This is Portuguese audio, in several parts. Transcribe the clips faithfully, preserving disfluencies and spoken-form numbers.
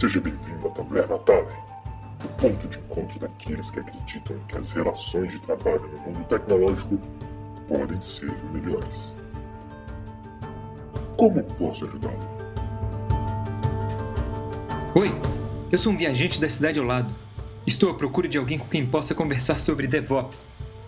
Seja bem-vindo à Taverna Thaler, o ponto de encontro daqueles que acreditam que as relações de trabalho no mundo tecnológico podem ser melhores. Como posso ajudá-lo? Oi, eu sou um viajante da cidade ao lado. Estou à procura de alguém com quem possa conversar sobre DevOps.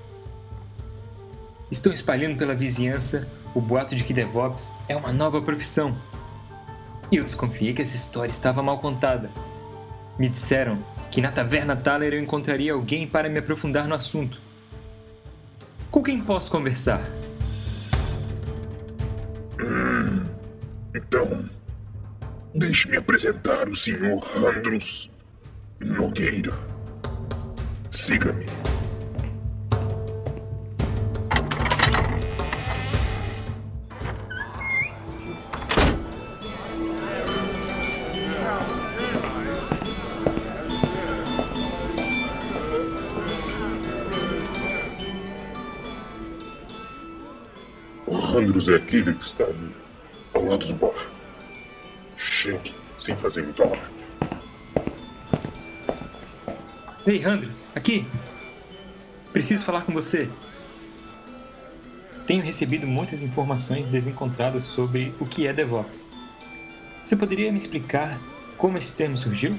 Estão espalhando pela vizinhança o boato de que DevOps é uma nova profissão. E eu desconfiei que essa história estava mal contada. Me disseram que na Taverna Thaler eu encontraria alguém para me aprofundar no assunto. Com quem posso conversar? Hum, então, deixe-me apresentar o senhor Andros Nogueira. Siga-me. O Andros é aquele que está ali, ao lado do bar. Chegue, sem fazer muito alarde. Ei, Andros, aqui! Preciso falar com você. Tenho recebido muitas informações desencontradas sobre o que é DevOps. Você poderia me explicar como esse termo surgiu?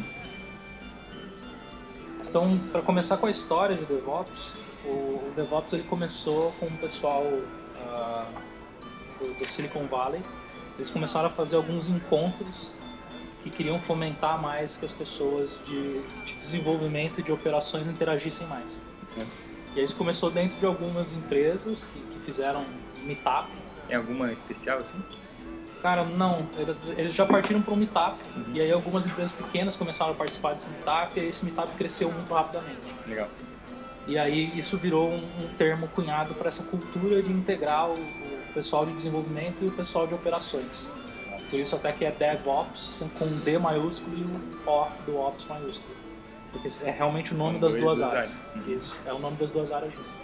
Então, para começar com a história de DevOps, o DevOps ele começou com o pessoal uh, do, do Silicon Valley. Eles começaram a fazer alguns encontros que queriam fomentar mais que as pessoas de, de desenvolvimento e de operações interagissem mais. Okay. E aí isso começou dentro de algumas empresas que, que fizeram meetup. É alguma especial assim? Cara, não. Eles, eles já partiram para um meetup. Uhum. E aí algumas empresas pequenas começaram a participar desse meetup e aí esse meetup cresceu muito rapidamente. Legal. E aí isso virou um, um termo cunhado para essa cultura de integrar o, o pessoal de desenvolvimento e o pessoal de operações. Por isso até que é DevOps com D maiúsculo e o O do Ops maiúsculo. Porque é realmente o nome das duas áreas. áreas. Isso, é o nome das duas áreas juntas.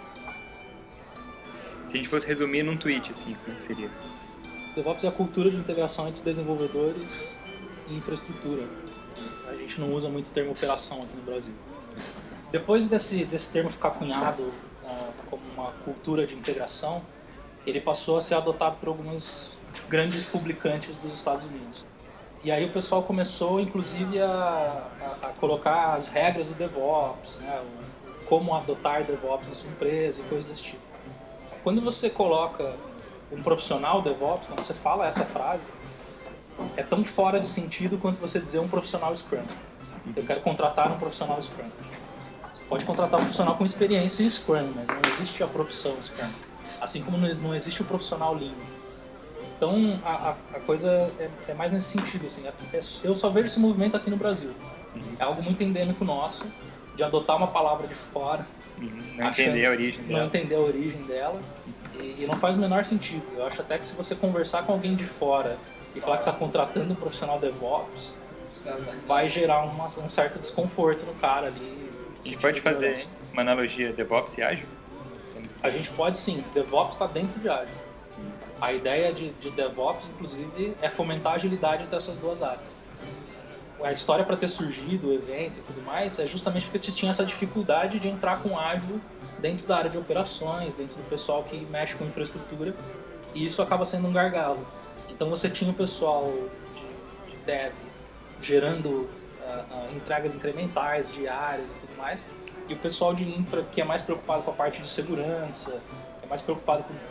Se a gente fosse resumir num tweet, assim, como seria? DevOps é a cultura de integração entre desenvolvedores e infraestrutura. A gente não usa muito o termo operação aqui no Brasil. Depois desse, desse termo ficar cunhado uh, como uma cultura de integração, ele passou a ser adotado por algumas grandes publicantes dos Estados Unidos. E aí o pessoal começou, inclusive, a, a, a colocar as regras do DevOps, né, como adotar DevOps na sua empresa e coisas desse tipo. Quando você coloca um profissional DevOps, quando você fala essa frase, é tão fora de sentido quanto você dizer um profissional Scrum. Eu quero contratar um profissional Scrum. Você pode contratar um profissional com experiência em Scrum, mas não existe a profissão Scrum. Assim como não existe o profissional Lean. Então a, a coisa é, é mais nesse sentido. Assim, é, é, eu só vejo esse movimento aqui no Brasil. Uhum. É algo muito endêmico nosso, de adotar uma palavra de fora. Uhum. Não entender a origem dela. Não entender a origem dela. E, e não faz o menor sentido. Eu acho até que se você conversar com alguém de fora e falar que está contratando um profissional DevOps, vai gerar uma, um certo desconforto no cara ali. A gente pode fazer hein? uma analogia DevOps e Ágil? A gente pode sim. DevOps está dentro de Ágil. A ideia de, de DevOps, inclusive, é fomentar a agilidade entre essas duas áreas. A história para ter surgido o evento e tudo mais é justamente porque você tinha essa dificuldade de entrar com Ágil dentro da área de operações, dentro do pessoal que mexe com infraestrutura, e isso acaba sendo um gargalo. Então você tinha o pessoal de, de Dev gerando uh, uh, entregas incrementais, diárias e tudo mais, e o pessoal de infra que é mais preocupado com a parte de segurança, é mais preocupado com...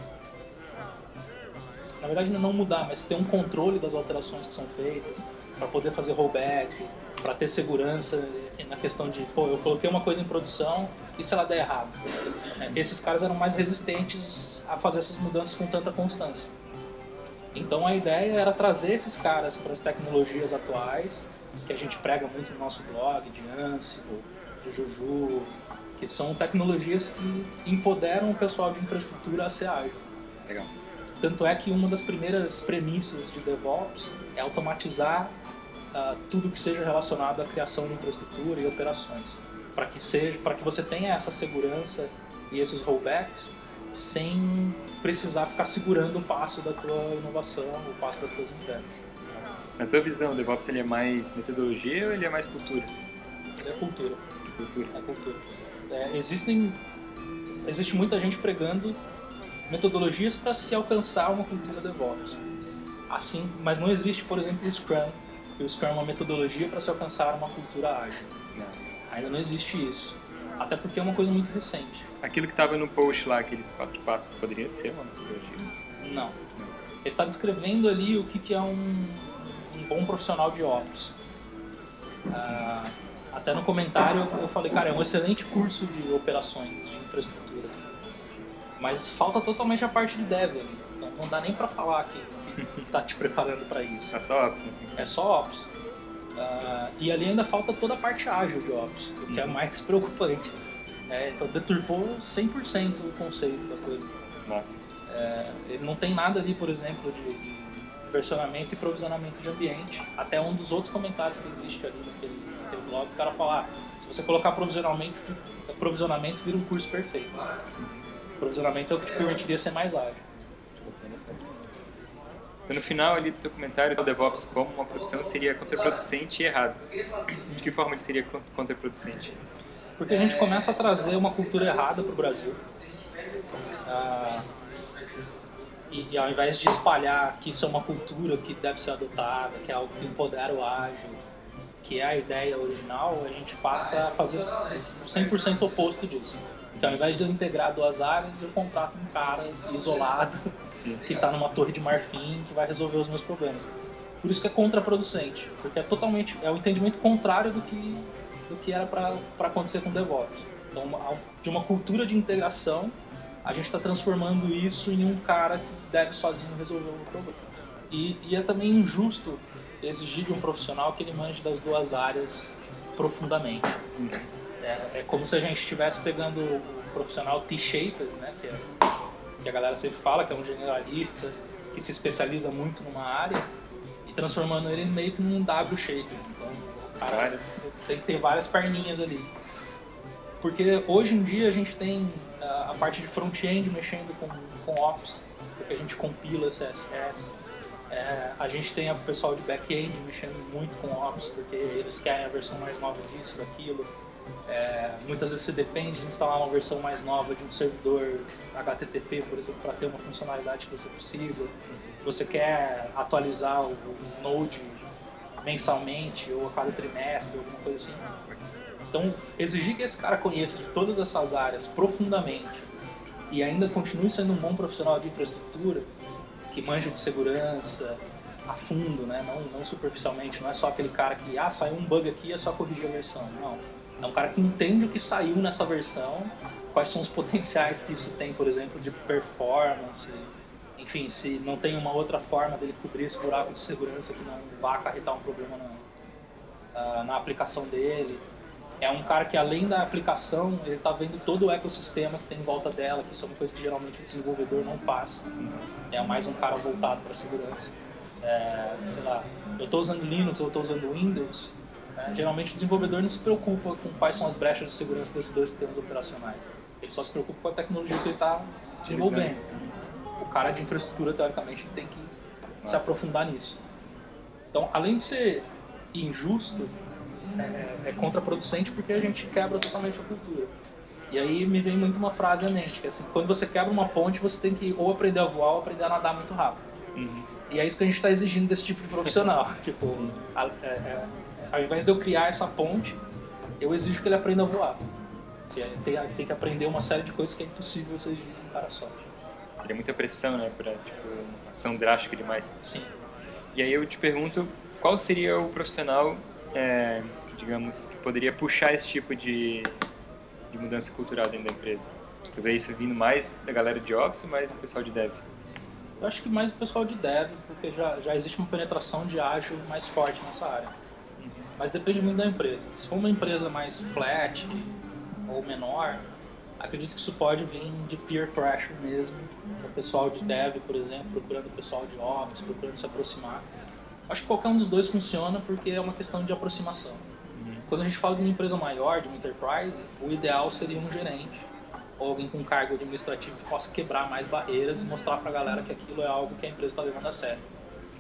Na verdade, não mudar, mas ter um controle das alterações que são feitas, para poder fazer rollback, para ter segurança na questão de, pô, eu coloquei uma coisa em produção e se ela der errado? Esses caras eram mais resistentes a fazer essas mudanças com tanta constância. Então a ideia era trazer esses caras para as tecnologias atuais, que a gente prega muito no nosso blog, de Ansible, de Juju, que são tecnologias que empoderam o pessoal de infraestrutura a ser ágil. Legal. Tanto é que uma das primeiras premissas de DevOps é automatizar uh, tudo que seja relacionado à criação de infraestrutura e operações, para que seja, para que você tenha essa segurança e esses rollbacks sem precisar ficar segurando o passo da tua inovação, o passo das tuas entregas. Na tua visão, o DevOps ele é mais metodologia ou ele é mais cultura? Ele é cultura. Cultura. É cultura. É, existem, existe muita gente pregando metodologias para se alcançar uma cultura DevOps. Assim, mas não existe, por exemplo, o Scrum. E o Scrum é uma metodologia para se alcançar uma cultura ágil. Não. Ainda não existe isso. Até porque é uma coisa muito recente. Aquilo que estava no post lá, aqueles quatro passos, poderia ser uma metodologia? Não. Ele está descrevendo ali o que, que é um, um bom profissional de Ops. Ah, até no comentário eu falei, cara, é um excelente curso de operações, de infraestrutura. Mas falta totalmente a parte de dev ali. Então não dá nem para falar que, que tá te preparando para isso. É só Ops, né? É só Ops. Uh, e ali ainda falta toda a parte ágil de Ops, o que uhum. é mais preocupante. É, então deturpou cem por cento o conceito da coisa. Nossa. É, ele não tem nada ali, por exemplo, de, de versionamento e provisionamento de ambiente. Até um dos outros comentários que existe ali naquele, naquele blog, o cara fala, ah, se você colocar provisionamento, provisionamento vira um curso perfeito. Provisionamento é o que te permitiria ser mais ágil. No final ali do teu comentário, o DevOps como uma profissão seria contraproducente e errado. De que forma ele seria contraproducente? Porque a gente começa a trazer uma cultura errada para o Brasil. Ah, e, e ao invés de espalhar que isso é uma cultura que deve ser adotada, que é algo que empodera o ágil, que é a ideia original, a gente passa a fazer cem por cento oposto disso. Então, ao invés de eu integrar duas áreas, eu contrato um cara isolado, Sim. que está numa torre de marfim, que vai resolver os meus problemas. Por isso que é contraproducente, porque é totalmente, é o entendimento contrário do que, do que era para acontecer com o DevOps. Então, uma, de uma cultura de integração, a gente está transformando isso em um cara que deve sozinho resolver o problema. E, e é também injusto exigir de um profissional que ele manje das duas áreas profundamente. Uhum. É, é como se a gente estivesse pegando o profissional T-shaped, né, que, é, que a galera sempre fala, que é um generalista, que se especializa muito numa área, e transformando ele meio que num W-shape. Então, o cara tem que ter várias perninhas ali. Porque hoje em dia a gente tem a, a parte de front-end mexendo com, com Ops, porque a gente compila C S S. É, a gente tem o pessoal de back-end mexendo muito com Ops, porque eles querem a versão mais nova disso, daquilo. É, muitas vezes você depende de instalar uma versão mais nova de um servidor H T T P, por exemplo, para ter uma funcionalidade que você precisa. Você quer atualizar o, o Node mensalmente ou a cada trimestre, alguma coisa assim. Então, exigir que esse cara conheça de todas essas áreas profundamente e ainda continue sendo um bom profissional de infraestrutura, que manja de segurança a fundo, né? não, não superficialmente, não é só aquele cara que, ah, saiu um bug aqui, é só corrigir a versão. Não. É um cara que entende o que saiu nessa versão, quais são os potenciais que isso tem, por exemplo, de performance, enfim, se não tem uma outra forma dele cobrir esse buraco de segurança que não vá acarretar um problema na, na aplicação dele. É um cara que, além da aplicação, ele está vendo todo o ecossistema que tem em volta dela, que isso é uma coisa que geralmente o desenvolvedor não faz. É mais um cara voltado para a segurança. É, sei lá, eu estou usando Linux ou estou usando Windows. É, geralmente o desenvolvedor não se preocupa com quais são as brechas de segurança desses dois sistemas operacionais. Ele só se preocupa com a tecnologia que ele está desenvolvendo. O cara de infraestrutura, teoricamente, tem que Nossa. se aprofundar nisso. Então, além de ser injusto, é, é contraproducente porque a gente quebra totalmente a cultura. E aí me vem muito uma frase à mente, que é assim, quando você quebra uma ponte, você tem que ou aprender a voar ou aprender a nadar muito rápido. Uhum. E é isso que a gente está exigindo desse tipo de profissional. tipo, a, é, é, ao invés de eu criar essa ponte, eu exijo que ele aprenda a voar. Que é, tem, tem que aprender uma série de coisas que é impossível você exigir de um cara só. Teria muita pressão, né, pra tipo, uma ação drástica demais. Sim. E aí eu te pergunto, qual seria o profissional, é, digamos, que poderia puxar esse tipo de, de mudança cultural dentro da empresa? Tu vê isso vindo mais da galera de Ops ou mais do pessoal de Dev? Eu acho que mais o pessoal de Dev, porque já, já existe uma penetração de ágil mais forte nessa área. Mas depende muito da empresa. Se for uma empresa mais flat ou menor, acredito que isso pode vir de peer pressure mesmo. O pessoal de Dev, por exemplo, procurando o pessoal de Ops, procurando se aproximar. Acho que qualquer um dos dois funciona porque é uma questão de aproximação. Uhum. Quando a gente fala de uma empresa maior, de uma enterprise, o ideal seria um gerente ou alguém com cargo administrativo que possa quebrar mais barreiras e mostrar para a galera que aquilo é algo que a empresa está levando a sério.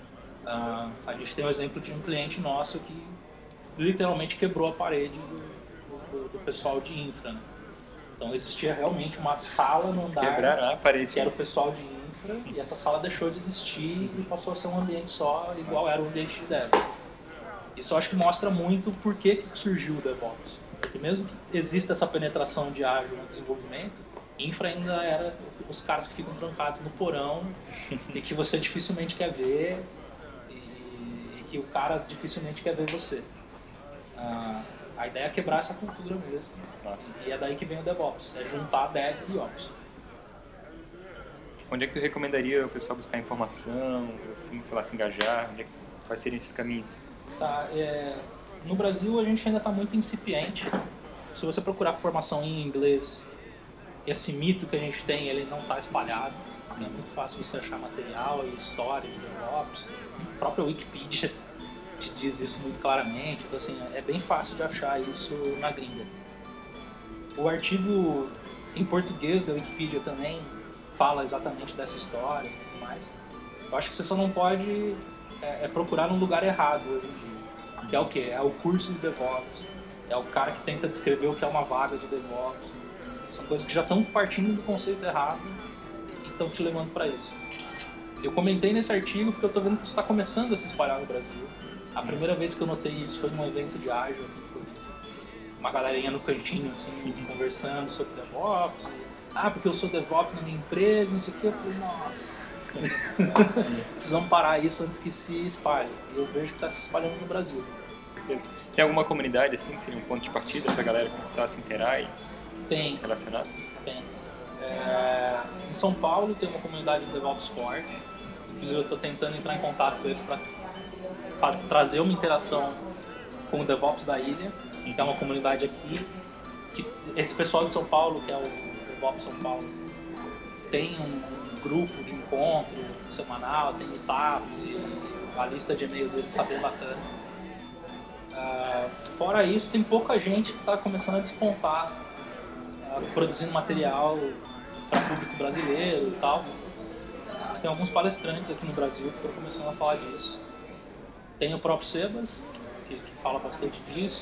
Uh, a gente tem o exemplo de um cliente nosso que literalmente quebrou a parede do, do, do pessoal de infra, né? Então existia realmente uma sala no andar Quebraram a parede. que era o pessoal de infra, e essa sala deixou de existir e passou a ser um ambiente só, igual Nossa. Era o ambiente de dev. Isso eu acho que mostra muito por que, que surgiu o DevOps. Porque mesmo que exista essa penetração de ágil no desenvolvimento, infra ainda era os caras que ficam trancados no porão e que você dificilmente quer ver e, e que o cara dificilmente quer ver você. Ah, a ideia é quebrar essa cultura mesmo. Nossa. E é daí que vem o DevOps, é juntar Dev e Ops. Onde é que tu recomendaria o pessoal buscar informação, assim, sei lá, se engajar? Onde é que, quais seriam esses caminhos? Tá, é, no Brasil a gente ainda está muito incipiente. Se você procurar formação em inglês, esse mito que a gente tem, ele não está espalhado. É muito fácil você achar material e história de DevOps. A própria Wikipedia te diz isso muito claramente. Então, assim, é bem fácil de achar isso na gringa. O artigo em português da Wikipedia também fala exatamente dessa história e tudo mais. Eu acho que você só não pode é, é procurar num lugar errado hoje em dia. Que é o quê? É o curso de DevOps. É o cara que tenta descrever o que é uma vaga de DevOps. São coisas que já estão partindo do conceito errado e estão te levando para isso. Eu comentei nesse artigo porque eu estou vendo que isso está começando a se espalhar no Brasil. A primeira vez que eu notei isso foi num evento de ágil aqui em Floripa. Uma galerinha no cantinho, assim, conversando sobre DevOps. E, ah, porque eu sou DevOps na minha empresa, não sei o que. Eu falei, nossa, precisamos parar isso antes que se espalhe. E eu vejo que está se espalhando no Brasil. Tem alguma comunidade, assim, que seria um ponto de partida para a galera começar a se inteirar e tem, se relacionar? Tem. É, em São Paulo tem uma comunidade de DevOps forte. Inclusive eu estou tentando entrar em contato com eles para trazer uma interação com o DevOps da ilha, que é uma comunidade aqui. Que esse pessoal de São Paulo, que é o DevOps São Paulo, tem um grupo de encontro semanal, tem meetups e a lista de e-mail deles está bem bacana. Uh, fora isso, tem pouca gente que está começando a despontar, uh, produzindo material para público brasileiro e tal. Mas tem alguns palestrantes aqui no Brasil que estão começando a falar disso. Tem o próprio Sebas, que, que fala bastante disso.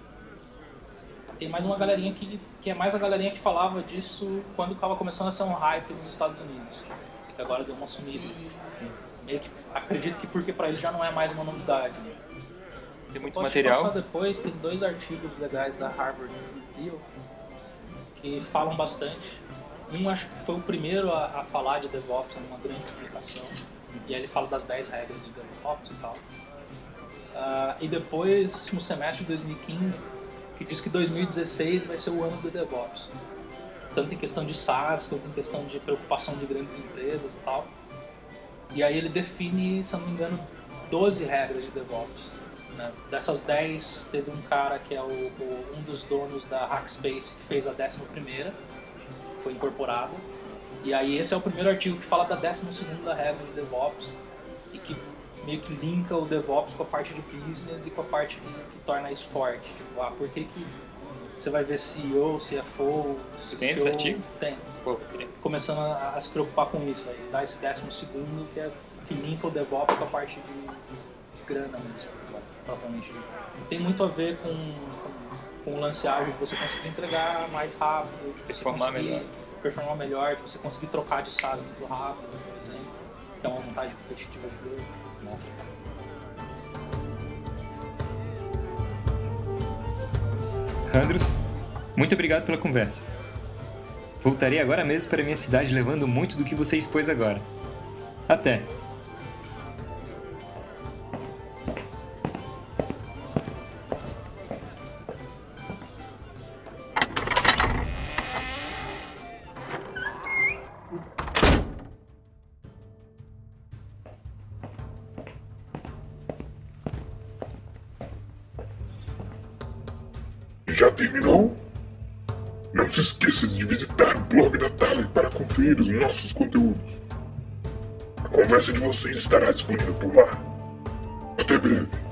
Tem mais uma galerinha que, que é mais a galerinha que falava disso quando estava começando a ser um hype nos Estados Unidos. Que agora deu uma sumida. Assim, meio que, acredito que porque para eles já não é mais uma novidade. Tem muito Posso material. Passar depois, tem dois artigos legais da Harvard Review que falam bastante. Um acho que foi o primeiro a, a falar de DevOps numa grande publicação. E aí ele fala das dez regras de DevOps e tal. Uh, e depois, no semestre de dois mil e quinze, que diz que dois mil e dezesseis vai ser o ano do DevOps. Tanto em questão de SaaS, quanto em questão de preocupação de grandes empresas e tal. E aí ele define, se eu não me engano, doze regras de DevOps. Né? Dessas dez, teve um cara que é o, o, um dos donos da Hackspace que fez a décima primeira, foi incorporada. E aí esse é o primeiro artigo que fala da décima segunda regra de DevOps e que meio que linka o DevOps com a parte de business e com a parte que, que torna isso forte. Tipo, ah, por que que você vai ver C E O, C F O, C T O? Tem esses artigos? Tem. Pô, começando a, a se preocupar com isso aí, dar esse décimo segundo que, é, que linka o DevOps com a parte de, de grana mesmo, propriamente. Tem muito a ver com, com, com o lance ágil, de você conseguir entregar mais rápido, de você performar conseguir melhor. performar melhor, de você conseguir trocar de SaaS muito rápido, por exemplo, que é uma vantagem competitiva de jogo. Nossa. Andros, muito obrigado pela conversa. Voltarei agora mesmo para minha cidade levando muito do que você expôs agora. Até! Já terminou? Não se esqueça de visitar o blog da Thaler para conferir os nossos conteúdos. A conversa de vocês estará disponível por lá. Até breve.